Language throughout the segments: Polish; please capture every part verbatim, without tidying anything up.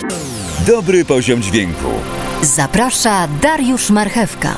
Dobry poziom dźwięku. Zaprasza Dariusz Marchewka.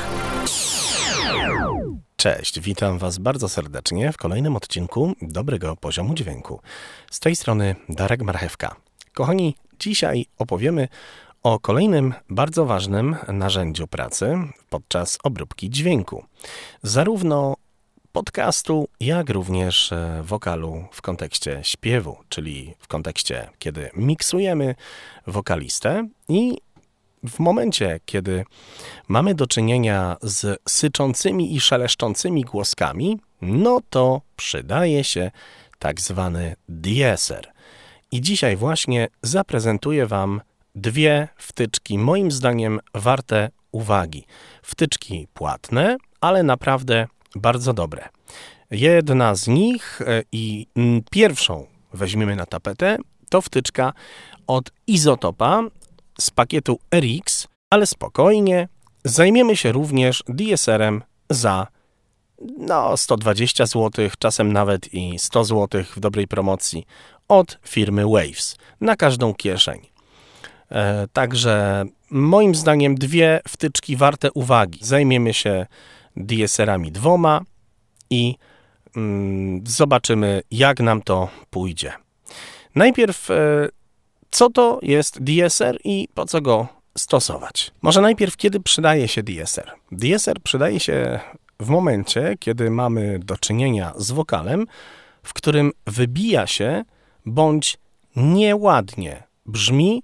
Cześć, witam Was bardzo serdecznie w kolejnym odcinku Dobrego Poziomu Dźwięku. Z tej strony Darek Marchewka. Kochani, dzisiaj opowiemy o kolejnym bardzo ważnym narzędziu pracy podczas obróbki dźwięku. Zarówno podcastu, jak również wokalu w kontekście śpiewu, czyli w kontekście, kiedy miksujemy wokalistę i w momencie, kiedy mamy do czynienia z syczącymi i szeleszczącymi głoskami, no to przydaje się tak zwany deesser. I dzisiaj właśnie zaprezentuję Wam dwie wtyczki, moim zdaniem warte uwagi. Wtyczki płatne, ale naprawdę bardzo dobre. Jedna z nich i pierwszą weźmiemy na tapetę, to wtyczka od iZotopa z pakietu R X, ale spokojnie, zajmiemy się również deesserem za no, sto dwadzieścia złotych, czasem nawet i sto złotych w dobrej promocji od firmy Waves na każdą kieszeń. E, także moim zdaniem dwie wtyczki warte uwagi. Zajmiemy się deesserami dwoma i mm, zobaczymy, jak nam to pójdzie. Najpierw e, co to jest deesser i po co go stosować? Może najpierw, kiedy przydaje się deesser? Deesser przydaje się w momencie, kiedy mamy do czynienia z wokalem, w którym wybija się bądź nieładnie brzmi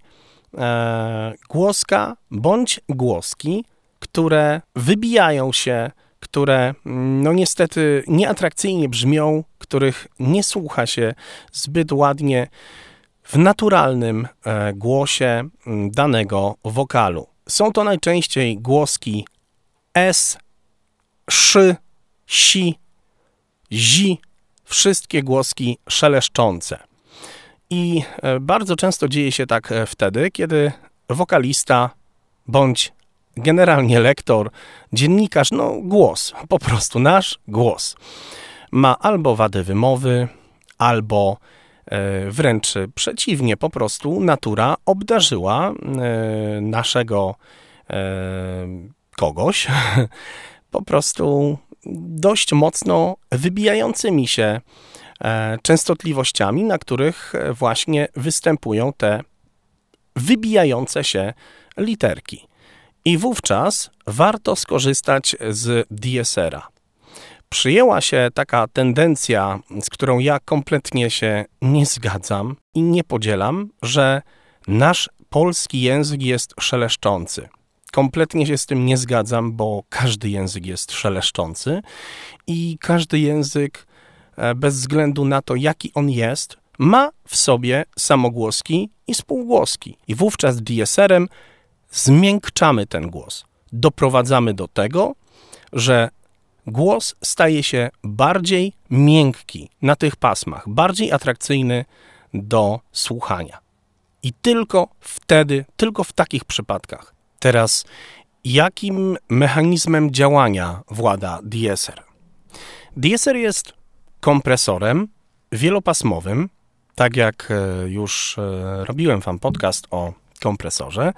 e, głoska bądź głoski, które wybijają się, które no niestety nieatrakcyjnie brzmią, których nie słucha się zbyt ładnie w naturalnym e, głosie danego wokalu. Są to najczęściej głoski S, szy, si, zi, wszystkie głoski szeleszczące. I e, bardzo często dzieje się tak e, wtedy, kiedy wokalista bądź generalnie lektor, dziennikarz, no głos, po prostu nasz głos, ma albo wadę wymowy, albo wręcz przeciwnie, po prostu natura obdarzyła naszego kogoś po prostu dość mocno wybijającymi się częstotliwościami, na których właśnie występują te wybijające się literki. I wówczas warto skorzystać z deessera. Przyjęła się taka tendencja, z którą ja kompletnie się nie zgadzam i nie podzielam, że nasz polski język jest szeleszczący. Kompletnie się z tym nie zgadzam, bo każdy język jest szeleszczący i każdy język, bez względu na to, jaki on jest, ma w sobie samogłoski i spółgłoski. I wówczas deesserem zmiękczamy ten głos. Doprowadzamy do tego, że głos staje się bardziej miękki na tych pasmach, bardziej atrakcyjny do słuchania. I tylko wtedy, tylko w takich przypadkach. Teraz, jakim mechanizmem działania włada deesser? Deesser jest kompresorem wielopasmowym, tak jak już robiłem Wam podcast o kompresorze,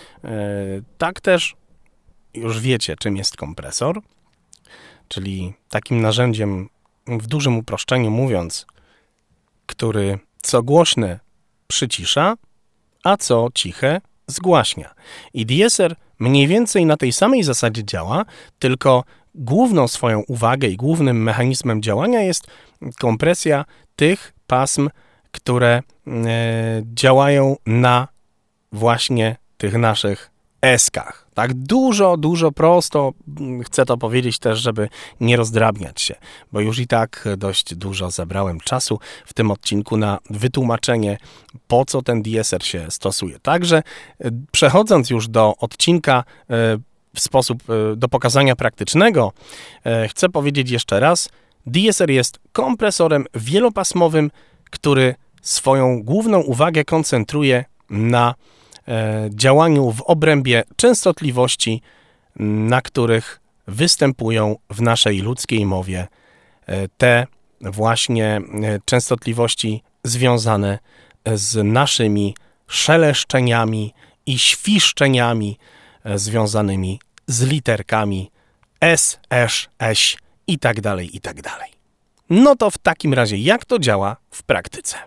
tak też już wiecie, czym jest kompresor. Czyli takim narzędziem, w dużym uproszczeniu mówiąc, który co głośne przycisza, a co ciche zgłaśnia. I deesser mniej więcej na tej samej zasadzie działa, tylko główną swoją uwagę i głównym mechanizmem działania jest kompresja tych pasm, które e, działają na właśnie tych naszych eskach. Tak dużo, dużo prosto chcę to powiedzieć też, żeby nie rozdrabniać się, bo już i tak dość dużo zabrałem czasu w tym odcinku na wytłumaczenie, po co ten deesser się stosuje. Także przechodząc już do odcinka w sposób do pokazania praktycznego, chcę powiedzieć jeszcze raz, deesser jest kompresorem wielopasmowym, który swoją główną uwagę koncentruje na działaniu w obrębie częstotliwości, na których występują w naszej ludzkiej mowie te właśnie częstotliwości związane z naszymi szeleszczeniami i świszczeniami e, związanymi z literkami S, esz, eś i tak dalej, i tak dalej. No to w takim razie jak to działa w praktyce?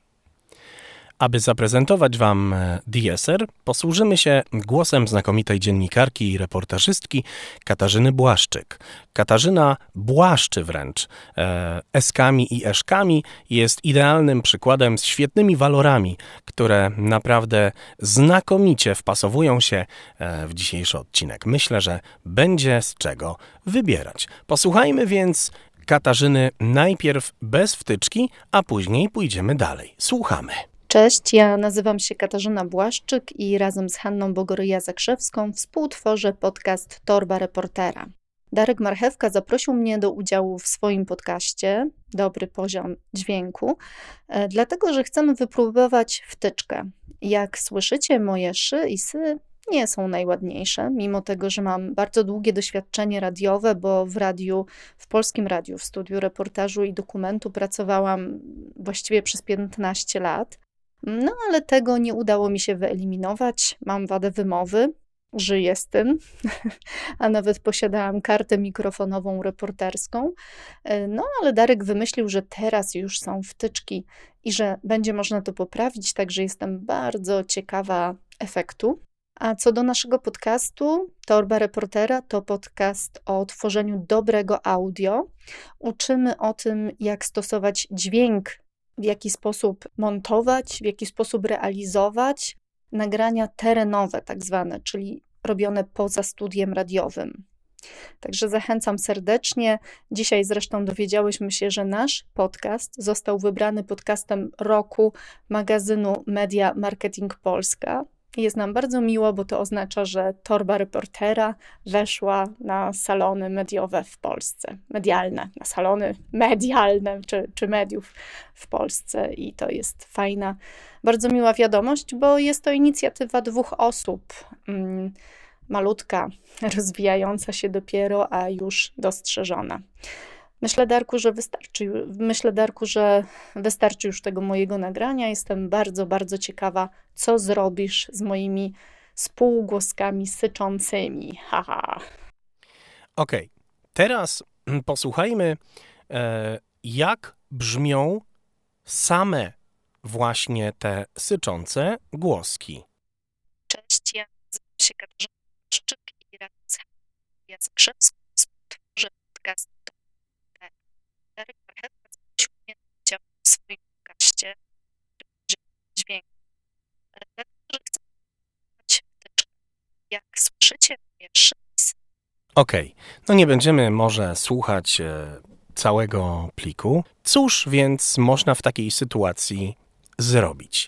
Aby zaprezentować Wam D S R, posłużymy się głosem znakomitej dziennikarki i reportażystki Katarzyny Błaszczyk. Katarzyna błaszczy wręcz e, eskami i eszkami, jest idealnym przykładem z świetnymi walorami, które naprawdę znakomicie wpasowują się e, w dzisiejszy odcinek. Myślę, że będzie z czego wybierać. Posłuchajmy więc Katarzyny najpierw bez wtyczki, a później pójdziemy dalej. Słuchamy. Cześć, ja nazywam się Katarzyna Błaszczyk i razem z Hanną Bogoryja-Zakrzewską współtworzę podcast Torba Reportera. Darek Marchewka zaprosił mnie do udziału w swoim podcaście Dobry Poziom Dźwięku, dlatego że chcemy wypróbować wtyczkę. Jak słyszycie, moje szy i sy nie są najładniejsze, mimo tego, że mam bardzo długie doświadczenie radiowe, bo w radiu, w Polskim Radiu, w studiu reportażu i dokumentu pracowałam właściwie przez piętnaście lat. No ale tego nie udało mi się wyeliminować. Mam wadę wymowy, żyję z tym, a nawet posiadałam kartę mikrofonową reporterską. No ale Darek wymyślił, że teraz już są wtyczki i że będzie można to poprawić, także jestem bardzo ciekawa efektu. A co do naszego podcastu, Torba Reportera to podcast o tworzeniu dobrego audio. Uczymy o tym, jak stosować dźwięk, w jaki sposób montować, w jaki sposób realizować nagrania terenowe tak zwane, czyli robione poza studiem radiowym. Także zachęcam serdecznie. Dzisiaj zresztą dowiedziałyśmy się, że nasz podcast został wybrany podcastem roku magazynu Media Marketing Polska. Jest nam bardzo miło, bo to oznacza, że Torba Reportera weszła na salony mediowe w Polsce. Medialne, na salony medialne czy, czy mediów w Polsce i to jest fajna, bardzo miła wiadomość, bo jest to inicjatywa dwóch osób. Mm, malutka, rozwijająca się dopiero, a już dostrzeżona. Myślę, Darku, że wystarczy, myślę, Darku, że wystarczy już tego mojego nagrania. Jestem bardzo, bardzo ciekawa, co zrobisz z moimi spółgłoskami syczącymi. Haha. Okej, okay. Teraz posłuchajmy, e, jak brzmią same właśnie te syczące głoski. Cześć, ja nazywam się Katarzyna Błaszczyk i razem z Hanną Zakrzewską współtworzę podcast Darek Marchewka zaprosił mnie do udziału w swoim podcaście Dźwięk. Dlatego, że chcę wypróbować wtyczkę. Jak słyszycie, moje szy i sy. Okej, okay. No nie będziemy może słuchać e, całego pliku. Cóż więc można w takiej sytuacji zrobić?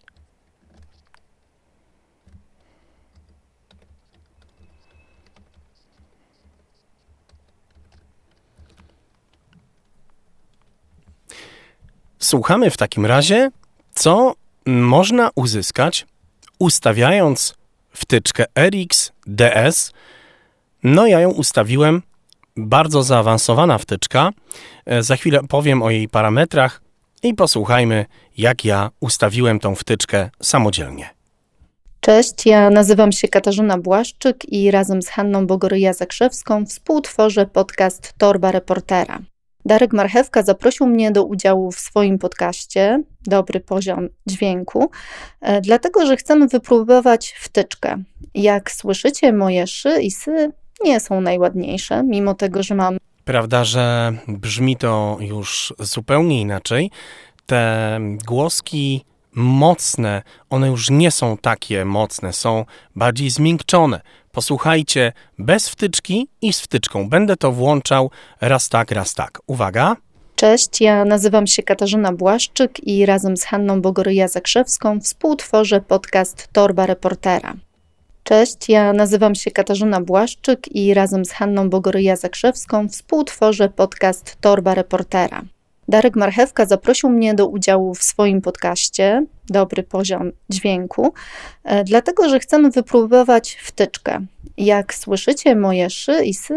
Słuchamy w takim razie, co można uzyskać, ustawiając wtyczkę R X D S. No ja ją ustawiłem, bardzo zaawansowana wtyczka. Za chwilę powiem o jej parametrach i posłuchajmy, jak ja ustawiłem tą wtyczkę samodzielnie. Cześć, ja nazywam się Katarzyna Błaszczyk i razem z Hanną Bogoryja-Zakrzewską współtworzę podcast Torba Reportera. Darek Marchewka zaprosił mnie do udziału w swoim podcaście Dobry Poziom Dźwięku, dlatego że chcemy wypróbować wtyczkę. Jak słyszycie, moje szy i sy nie są najładniejsze, mimo tego, że mam... Prawda, że brzmi to już zupełnie inaczej. Te głoski mocne, one już nie są takie mocne, są bardziej zmiękczone. Posłuchajcie bez wtyczki i z wtyczką. Będę to włączał raz tak, raz tak. Uwaga. Cześć, ja nazywam się Katarzyna Błaszczyk i razem z Hanną Bogoryja-Zakrzewską współtworzę podcast Torba Reportera. Cześć, ja nazywam się Katarzyna Błaszczyk i razem z Hanną Bogoryja-Zakrzewską współtworzę podcast Torba Reportera. Darek Marchewka zaprosił mnie do udziału w swoim podcaście Dobry Poziom Dźwięku, dlatego że chcemy wypróbować wtyczkę. Jak słyszycie, moje szy i sy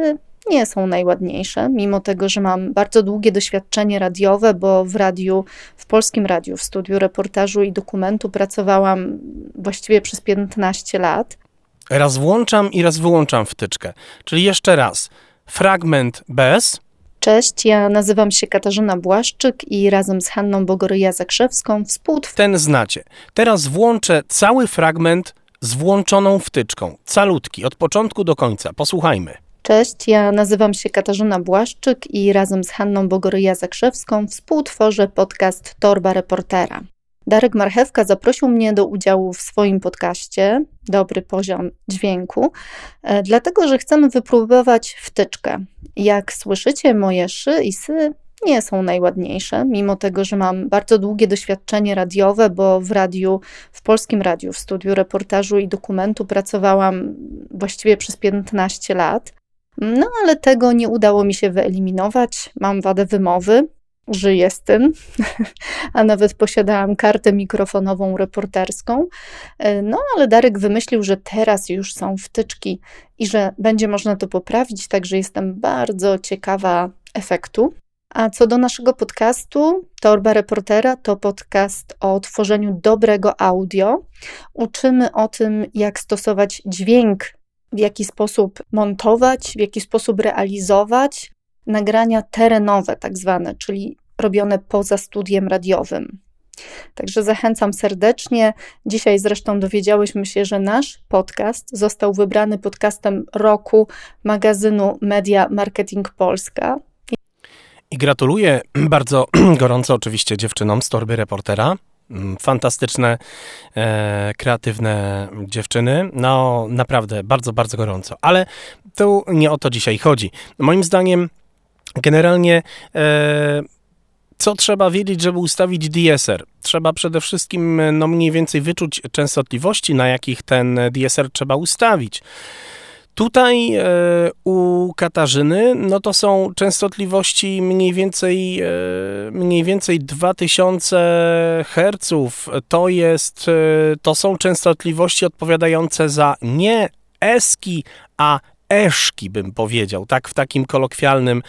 nie są najładniejsze, mimo tego, że mam bardzo długie doświadczenie radiowe, bo w radiu, w Polskim Radiu, w studiu reportażu i dokumentu pracowałam właściwie przez piętnaście lat. Raz włączam i raz wyłączam wtyczkę. Czyli jeszcze raz, fragment bez. Cześć, ja nazywam się Katarzyna Błaszczyk i razem z Hanną Bogoryja-Zakrzewską współtwórzymy. Ten znacie. Teraz włączę cały fragment z włączoną wtyczką. Calutki, od początku do końca. Posłuchajmy. Cześć, ja nazywam się Katarzyna Błaszczyk i razem z Hanną Bogoryja-Zakrzewską współtworzę podcast Torba Reportera. Darek Marchewka zaprosił mnie do udziału w swoim podcaście Dobry Poziom Dźwięku, dlatego że chcemy wypróbować wtyczkę. Jak słyszycie, moje szy i sy nie są najładniejsze, mimo tego, że mam bardzo długie doświadczenie radiowe, bo w radiu, w Polskim Radiu, w studiu reportażu i dokumentu pracowałam właściwie przez piętnaście lat. No ale tego nie udało mi się wyeliminować. Mam wadę wymowy, żyję z tym, a nawet posiadałam kartę mikrofonową reporterską. No ale Darek wymyślił, że teraz już są wtyczki i że będzie można to poprawić, także jestem bardzo ciekawa efektu. A co do naszego podcastu, Torba Reportera to podcast o tworzeniu dobrego audio. Uczymy o tym, jak stosować dźwięk, w jaki sposób montować, w jaki sposób realizować nagrania terenowe tak zwane, czyli robione poza studiem radiowym. Także zachęcam serdecznie. Dzisiaj zresztą dowiedziałyśmy się, że nasz podcast został wybrany podcastem roku magazynu Media Marketing Polska. I gratuluję bardzo gorąco oczywiście dziewczynom z Torby Reportera. Fantastyczne, e, kreatywne dziewczyny. No naprawdę, bardzo, bardzo gorąco. Ale tu nie o to dzisiaj chodzi. Moim zdaniem generalnie e, co trzeba wiedzieć, żeby ustawić D S R? Trzeba przede wszystkim no, mniej więcej wyczuć częstotliwości, na jakich ten D S R trzeba ustawić. Tutaj e, u Katarzyny, no to są częstotliwości mniej więcej, e, mniej więcej dwa tysiące herców. To jest, e, to są częstotliwości odpowiadające za nie eski, a eszki, bym powiedział, tak w takim kolokwialnym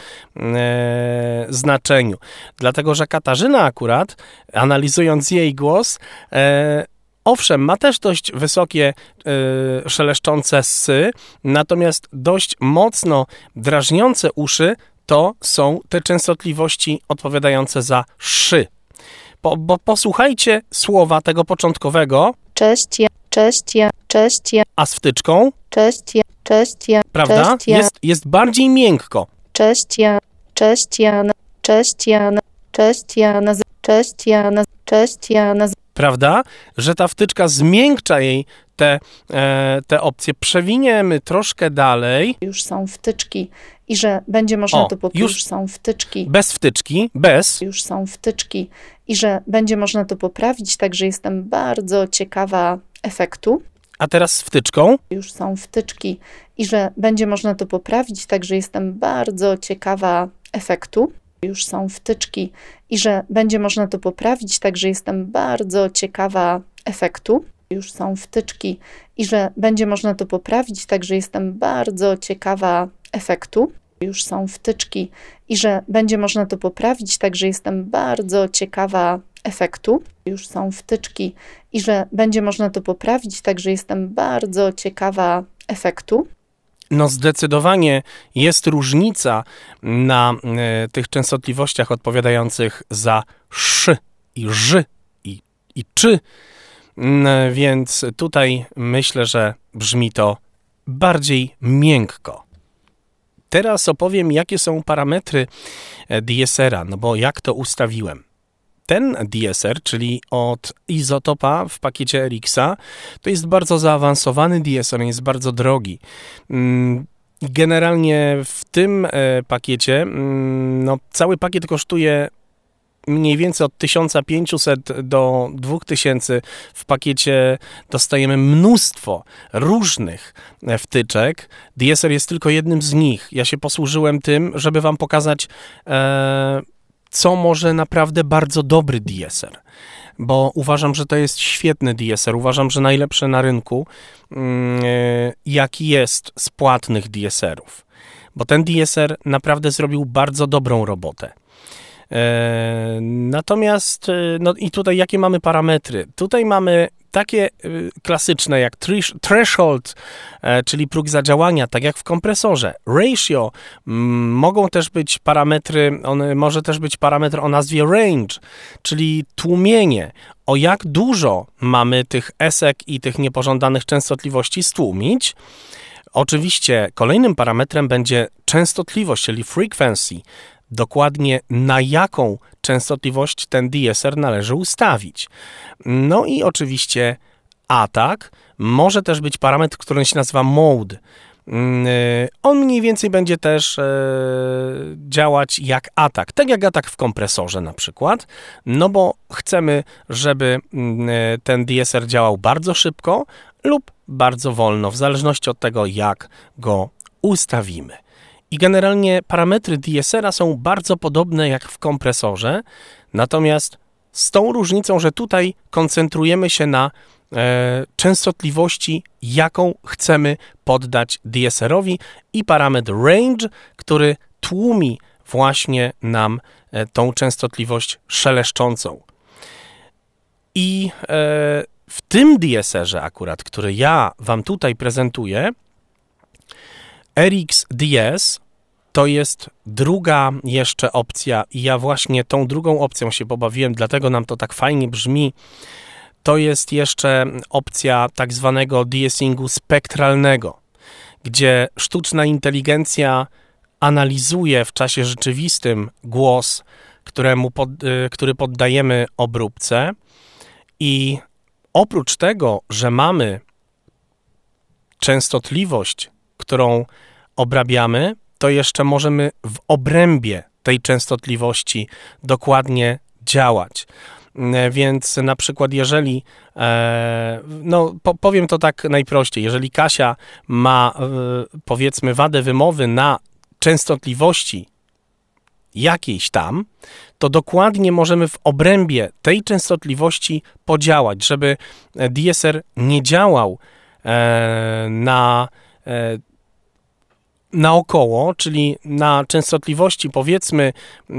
e, znaczeniu. Dlatego, że Katarzyna akurat, analizując jej głos, e, owszem, ma też dość wysokie, y, szeleszczące sy, natomiast dość mocno drażniące uszy to są te częstotliwości odpowiadające za szy. Po, bo posłuchajcie słowa tego początkowego. Cześć, ja, cześć, ja, cześć, ja. A z wtyczką. Cześć, ja, cześć, ja. Prawda? Cześć, ja. Jest, jest bardziej miękko. Cześć, ja, cześć, ja, cześć, ja, cześć, ja, cześć, ja, cześć, ja, Prawda? Że ta wtyczka zmiękcza jej te, e, te opcje. Przewiniemy troszkę dalej. Już są wtyczki i że będzie można O, to poprawić. już Już są wtyczki. Bez wtyczki, bez. Już są wtyczki i że będzie można to poprawić, także jestem bardzo ciekawa efektu. A teraz z wtyczką. Już są wtyczki i że będzie można to poprawić, także jestem bardzo ciekawa efektu. Już są wtyczki i że będzie można to poprawić, także jestem bardzo ciekawa efektu. Już są wtyczki i że będzie można to poprawić, także jestem bardzo ciekawa efektu. Już są wtyczki i że będzie można to poprawić, także jestem bardzo ciekawa efektu. Już są wtyczki i że będzie można to poprawić, także jestem bardzo ciekawa efektu. No zdecydowanie jest różnica na y, tych częstotliwościach odpowiadających za sz i ż i, i czy, y, więc tutaj myślę, że brzmi to bardziej miękko. Teraz opowiem, jakie są parametry D S R a, no bo jak to ustawiłem. Ten D S R, czyli od Izotopa w pakiecie R X a, to jest bardzo zaawansowany D S R, jest bardzo drogi. Generalnie w tym pakiecie, no, cały pakiet kosztuje mniej więcej od tysiąc pięćset do dwa tysiące. W pakiecie dostajemy mnóstwo różnych wtyczek. D S R jest tylko jednym z nich. Ja się posłużyłem tym, żeby wam pokazać, e, co może naprawdę bardzo dobry D S R. Bo uważam, że to jest świetny D S R. Uważam, że najlepszy na rynku, jaki jest z płatnych D S R ów. bo ten D S R naprawdę zrobił bardzo dobrą robotę. E, natomiast, no i tutaj jakie mamy parametry? Tutaj mamy takie y, klasyczne jak thresh, threshold, e, czyli próg zadziałania, tak jak w kompresorze. Ratio, m, mogą też być parametry, on, może też być parametr o nazwie range, czyli tłumienie. O jak dużo mamy tych esek i tych niepożądanych częstotliwości stłumić. Oczywiście kolejnym parametrem będzie częstotliwość, czyli frequency. Dokładnie na jaką częstotliwość ten D S R należy ustawić. No i oczywiście atak może też być parametr, który się nazywa mode. On mniej więcej będzie też e, działać jak atak, tak jak atak w kompresorze na przykład, no bo chcemy, żeby ten D S R działał bardzo szybko lub bardzo wolno, w zależności od tego, jak go ustawimy. I generalnie parametry D S R-a są bardzo podobne jak w kompresorze, natomiast z tą różnicą, że tutaj koncentrujemy się na e, częstotliwości, jaką chcemy poddać D S R-owi i parametr range, który tłumi właśnie nam e, tą częstotliwość szeleszczącą. I e, w tym D S R-ze akurat, który ja Wam tutaj prezentuję, R X D S to jest druga jeszcze opcja i ja właśnie tą drugą opcją się pobawiłem, dlatego nam to tak fajnie brzmi. To jest jeszcze opcja tak zwanego de-essingu spektralnego, gdzie sztuczna inteligencja analizuje w czasie rzeczywistym głos, któremu pod, który poddajemy obróbce i oprócz tego, że mamy częstotliwość, którą obrabiamy, to jeszcze możemy w obrębie tej częstotliwości dokładnie działać. Więc na przykład jeżeli, no powiem to tak najprościej, jeżeli Kasia ma powiedzmy wadę wymowy na częstotliwości jakiejś tam, to dokładnie możemy w obrębie tej częstotliwości podziałać, żeby D S R nie działał na naokoło, czyli na częstotliwości powiedzmy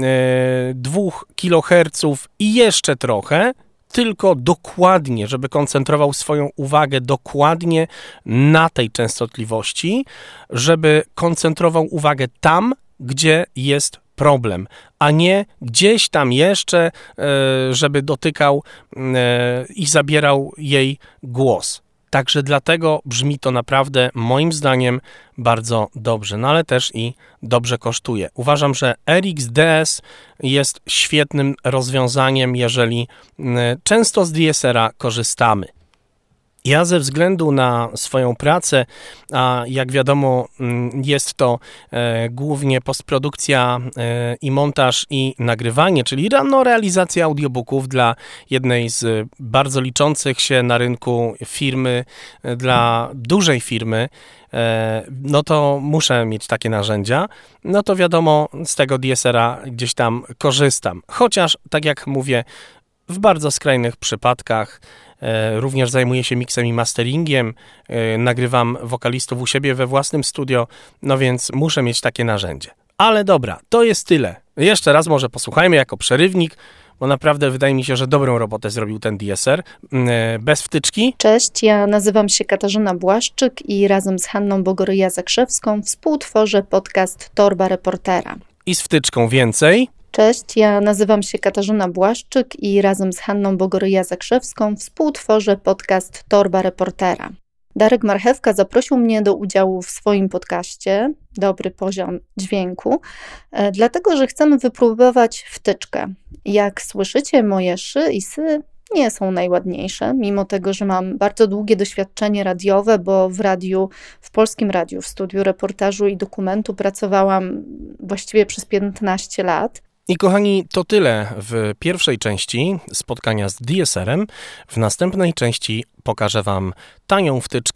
dwóch kiloherców i jeszcze trochę, tylko dokładnie, żeby koncentrował swoją uwagę dokładnie na tej częstotliwości, żeby koncentrował uwagę tam, gdzie jest problem, a nie gdzieś tam jeszcze, żeby dotykał i zabierał jej głos. Także dlatego brzmi to naprawdę moim zdaniem bardzo dobrze, no ale też i dobrze kosztuje. Uważam, że R X D S jest świetnym rozwiązaniem, jeżeli często z D S R-a korzystamy. Ja ze względu na swoją pracę, a jak wiadomo jest to e, głównie postprodukcja e, i montaż i nagrywanie, czyli no, realizacja audiobooków dla jednej z bardzo liczących się na rynku firmy, e, dla dużej firmy, e, no to muszę mieć takie narzędzia, no to wiadomo z tego D S R-a gdzieś tam korzystam. Chociaż tak jak mówię, w bardzo skrajnych przypadkach również zajmuję się miksem i masteringiem, nagrywam wokalistów u siebie we własnym studio, no więc muszę mieć takie narzędzie. Ale dobra, to jest tyle. Jeszcze raz może posłuchajmy jako przerywnik, bo naprawdę wydaje mi się, że dobrą robotę zrobił ten D S R. Bez wtyczki. Cześć, ja nazywam się Katarzyna Błaszczyk i razem z Hanną Bogoryja-Zakrzewską współtworzę podcast Torba Reportera. I z wtyczką więcej. Cześć, ja nazywam się Katarzyna Błaszczyk i razem z Hanną Bogoryja-Zakrzewską współtworzę podcast Torba Reportera. Darek Marchewka zaprosił mnie do udziału w swoim podcaście Dobry Poziom Dźwięku, dlatego że chcemy wypróbować wtyczkę. Jak słyszycie, moje szy i sy nie są najładniejsze, mimo tego, że mam bardzo długie doświadczenie radiowe, bo w radiu, w Polskim Radiu, w studiu reportażu i dokumentu pracowałam właściwie przez piętnaście lat. I kochani, to tyle w pierwszej części spotkania z D S R-em. W następnej części pokażę Wam tanią wtyczkę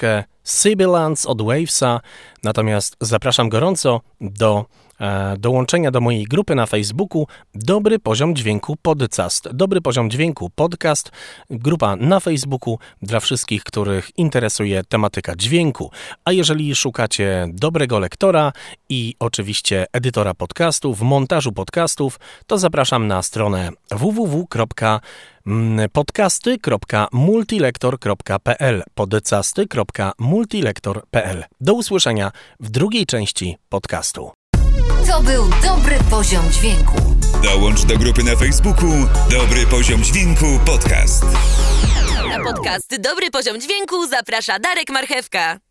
Sibilance od Wavesa. Natomiast zapraszam gorąco do e, dołączenia do mojej grupy na Facebooku Dobry Poziom Dźwięku Podcast. Dobry Poziom Dźwięku Podcast. Grupa na Facebooku dla wszystkich, których interesuje tematyka dźwięku. A jeżeli szukacie dobrego lektora i oczywiście edytora podcastów, montażu podcastów, to zapraszam na stronę w w w kropka podcasty kropka multilektor kropka p l podcasty kropka multilektor kropka p l. Do usłyszenia w drugiej części podcastu. To był Dobry Poziom Dźwięku. Dołącz do grupy na Facebooku Dobry Poziom Dźwięku Podcast. Na podcast Dobry Poziom Dźwięku zaprasza Darek Marchewka.